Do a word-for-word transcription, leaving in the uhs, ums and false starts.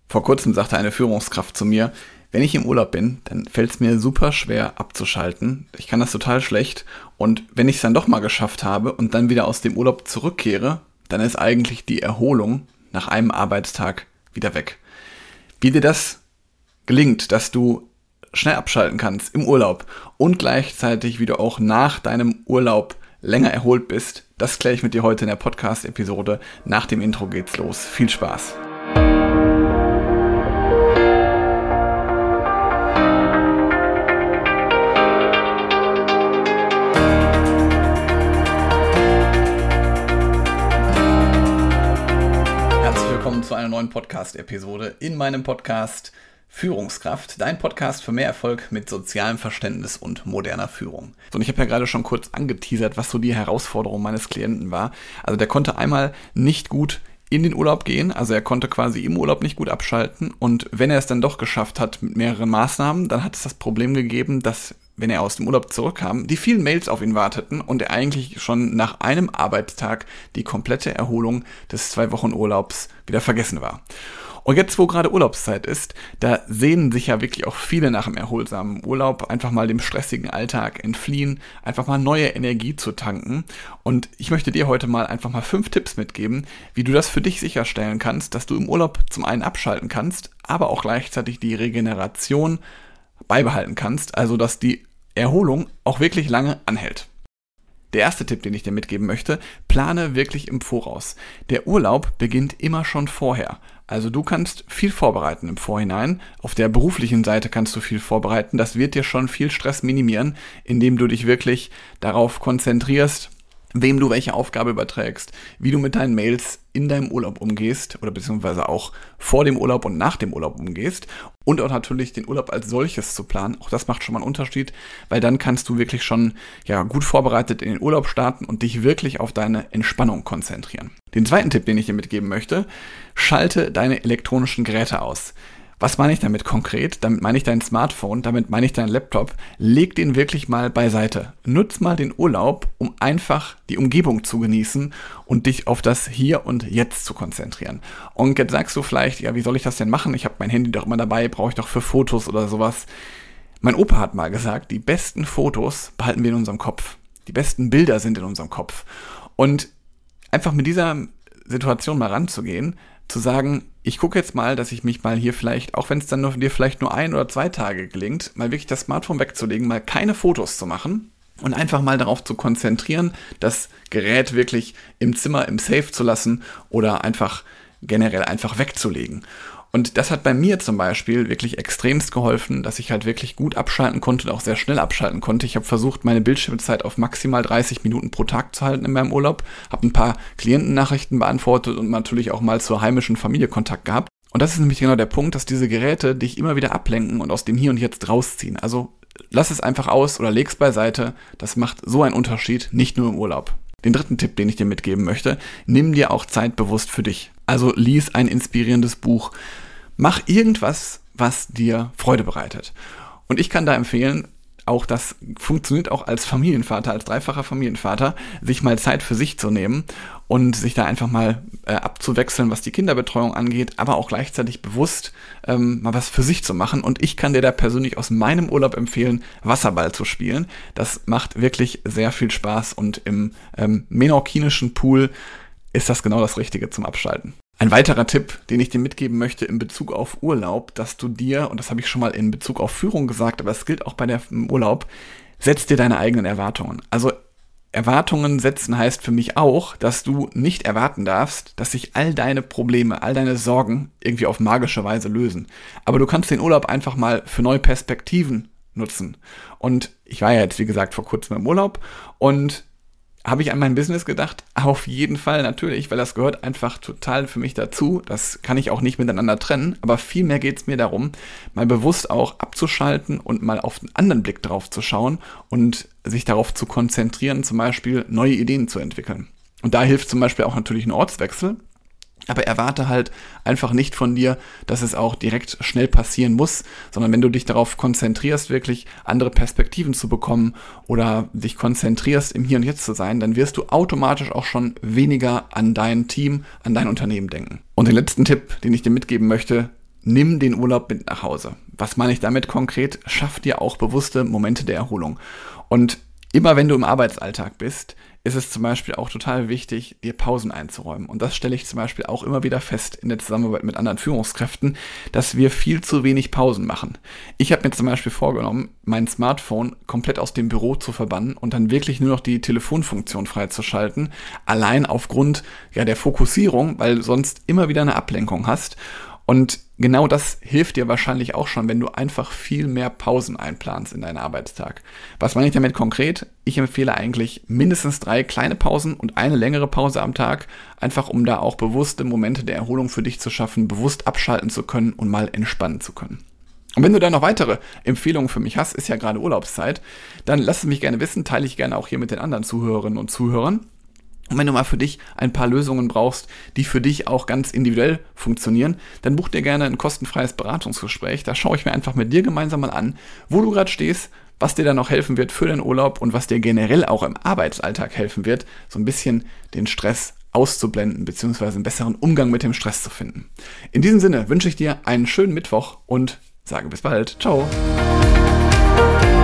Vor kurzem sagte eine Führungskraft zu mir, wenn ich im Urlaub bin, dann fällt es mir super schwer abzuschalten. Ich kann das total schlecht. Und wenn ich es dann doch mal geschafft habe und dann wieder aus dem Urlaub zurückkehre, dann ist eigentlich die Erholung nach einem Arbeitstag wieder weg. Wie dir das gelingt, dass du schnell abschalten kannst im Urlaub und gleichzeitig, wie du auch nach deinem Urlaub länger erholt bist, das kläre ich mit dir heute in der Podcast-Episode. Nach dem Intro geht's los. Viel Spaß! Willkommen zu einer neuen Podcast-Episode in meinem Podcast Führungskraft, dein Podcast für mehr Erfolg mit sozialem Verständnis und moderner Führung. So, und ich habe ja gerade schon kurz angeteasert, was so die Herausforderung meines Klienten war. Also der konnte einmal nicht gut in den Urlaub gehen, also er konnte quasi im Urlaub nicht gut abschalten, und wenn er es dann doch geschafft hat mit mehreren Maßnahmen, dann hat es das Problem gegeben, dass, wenn er aus dem Urlaub zurückkam, die vielen Mails auf ihn warteten und er eigentlich schon nach einem Arbeitstag die komplette Erholung des zwei Wochen Urlaubs wieder vergessen war. Und jetzt, wo gerade Urlaubszeit ist, da sehnen sich ja wirklich auch viele nach einem erholsamen Urlaub, einfach mal dem stressigen Alltag entfliehen, einfach mal neue Energie zu tanken. Und ich möchte dir heute mal einfach mal fünf Tipps mitgeben, wie du das für dich sicherstellen kannst, dass du im Urlaub zum einen abschalten kannst, aber auch gleichzeitig die Regeneration beibehalten kannst, also dass die Erholung auch wirklich lange anhält. Der erste Tipp, den ich dir mitgeben möchte: plane wirklich im Voraus. Der Urlaub beginnt immer schon vorher. Also du kannst viel vorbereiten im Vorhinein. Auf der beruflichen Seite kannst du viel vorbereiten. Das wird dir schon viel Stress minimieren, indem du dich wirklich darauf konzentrierst, wem du welche Aufgabe überträgst, wie du mit deinen Mails in deinem Urlaub umgehst oder beziehungsweise auch vor dem Urlaub und nach dem Urlaub umgehst, und auch natürlich den Urlaub als solches zu planen. Auch das macht schon mal einen Unterschied, weil dann kannst du wirklich schon ja gut vorbereitet in den Urlaub starten und dich wirklich auf deine Entspannung konzentrieren. Den zweiten Tipp, den ich dir mitgeben möchte: schalte deine elektronischen Geräte aus. Was meine ich damit konkret? Damit meine ich dein Smartphone, damit meine ich deinen Laptop. Leg den wirklich mal beiseite. Nutz mal den Urlaub, um einfach die Umgebung zu genießen und dich auf das Hier und Jetzt zu konzentrieren. Und jetzt sagst du vielleicht, ja, wie soll ich das denn machen? Ich habe mein Handy doch immer dabei, brauche ich doch für Fotos oder sowas. Mein Opa hat mal gesagt, die besten Fotos behalten wir in unserem Kopf. Die besten Bilder sind in unserem Kopf. Und einfach mit dieser Situation mal ranzugehen, zu sagen, ich gucke jetzt mal, dass ich mich mal hier vielleicht, auch wenn es dann nur, dir vielleicht nur ein oder zwei Tage gelingt, mal wirklich das Smartphone wegzulegen, mal keine Fotos zu machen und einfach mal darauf zu konzentrieren, das Gerät wirklich im Zimmer, im Safe zu lassen oder einfach generell einfach wegzulegen. Und das hat bei mir zum Beispiel wirklich extremst geholfen, dass ich halt wirklich gut abschalten konnte und auch sehr schnell abschalten konnte. Ich habe versucht, meine Bildschirmzeit auf maximal dreißig Minuten pro Tag zu halten in meinem Urlaub, habe ein paar Klientennachrichten beantwortet und natürlich auch mal zur heimischen Familie Kontakt gehabt. Und das ist nämlich genau der Punkt, dass diese Geräte dich immer wieder ablenken und aus dem Hier und Jetzt rausziehen. Also lass es einfach aus oder leg's beiseite. Das macht so einen Unterschied, nicht nur im Urlaub. Den dritten Tipp, den ich dir mitgeben möchte: nimm dir auch Zeit bewusst für dich. Also lies ein inspirierendes Buch. Mach irgendwas, was dir Freude bereitet. Und ich kann da empfehlen, auch das funktioniert auch als Familienvater, als dreifacher Familienvater, sich mal Zeit für sich zu nehmen und sich da einfach mal äh, abzuwechseln, was die Kinderbetreuung angeht, aber auch gleichzeitig bewusst ähm, mal was für sich zu machen. Und ich kann dir da persönlich aus meinem Urlaub empfehlen, Wasserball zu spielen. Das macht wirklich sehr viel Spaß, und im ähm, menorquinischen Pool ist das genau das Richtige zum Abschalten. Ein weiterer Tipp, den ich dir mitgeben möchte in Bezug auf Urlaub, dass du dir, und das habe ich schon mal in Bezug auf Führung gesagt, aber es gilt auch bei der im Urlaub, setz dir deine eigenen Erwartungen. Also Erwartungen setzen heißt für mich auch, dass du nicht erwarten darfst, dass sich all deine Probleme, all deine Sorgen irgendwie auf magische Weise lösen. Aber du kannst den Urlaub einfach mal für neue Perspektiven nutzen. Und ich war ja jetzt, wie gesagt, vor kurzem im Urlaub und habe ich an mein Business gedacht? Auf jeden Fall natürlich, weil das gehört einfach total für mich dazu. Das kann ich auch nicht miteinander trennen, aber vielmehr geht es mir darum, mal bewusst auch abzuschalten und mal auf einen anderen Blick drauf zu schauen und sich darauf zu konzentrieren, zum Beispiel neue Ideen zu entwickeln. Und da hilft zum Beispiel auch natürlich ein Ortswechsel. Aber erwarte halt einfach nicht von dir, dass es auch direkt schnell passieren muss, sondern wenn du dich darauf konzentrierst, wirklich andere Perspektiven zu bekommen oder dich konzentrierst, im Hier und Jetzt zu sein, dann wirst du automatisch auch schon weniger an dein Team, an dein Unternehmen denken. Und den letzten Tipp, den ich dir mitgeben möchte: nimm den Urlaub mit nach Hause. Was meine ich damit konkret? Schaff dir auch bewusste Momente der Erholung. Und immer wenn du im Arbeitsalltag bist, ist es zum Beispiel auch total wichtig, dir Pausen einzuräumen. Und das stelle ich zum Beispiel auch immer wieder fest in der Zusammenarbeit mit anderen Führungskräften, dass wir viel zu wenig Pausen machen. Ich habe mir zum Beispiel vorgenommen, mein Smartphone komplett aus dem Büro zu verbannen und dann wirklich nur noch die Telefonfunktion freizuschalten, allein aufgrund ja, der Fokussierung, weil du sonst immer wieder eine Ablenkung hast. Und genau das hilft dir wahrscheinlich auch schon, wenn du einfach viel mehr Pausen einplanst in deinen Arbeitstag. Was meine ich damit konkret? Ich empfehle eigentlich mindestens drei kleine Pausen und eine längere Pause am Tag, einfach um da auch bewusste Momente der Erholung für dich zu schaffen, bewusst abschalten zu können und mal entspannen zu können. Und wenn du da noch weitere Empfehlungen für mich hast, ist ja gerade Urlaubszeit, dann lass es mich gerne wissen, teile ich gerne auch hier mit den anderen Zuhörerinnen und Zuhörern. Und wenn du mal für dich ein paar Lösungen brauchst, die für dich auch ganz individuell funktionieren, dann buch dir gerne ein kostenfreies Beratungsgespräch. Da schaue ich mir einfach mit dir gemeinsam mal an, wo du gerade stehst, was dir dann noch helfen wird für deinen Urlaub und was dir generell auch im Arbeitsalltag helfen wird, so ein bisschen den Stress auszublenden bzw. einen besseren Umgang mit dem Stress zu finden. In diesem Sinne wünsche ich dir einen schönen Mittwoch und sage bis bald. Ciao.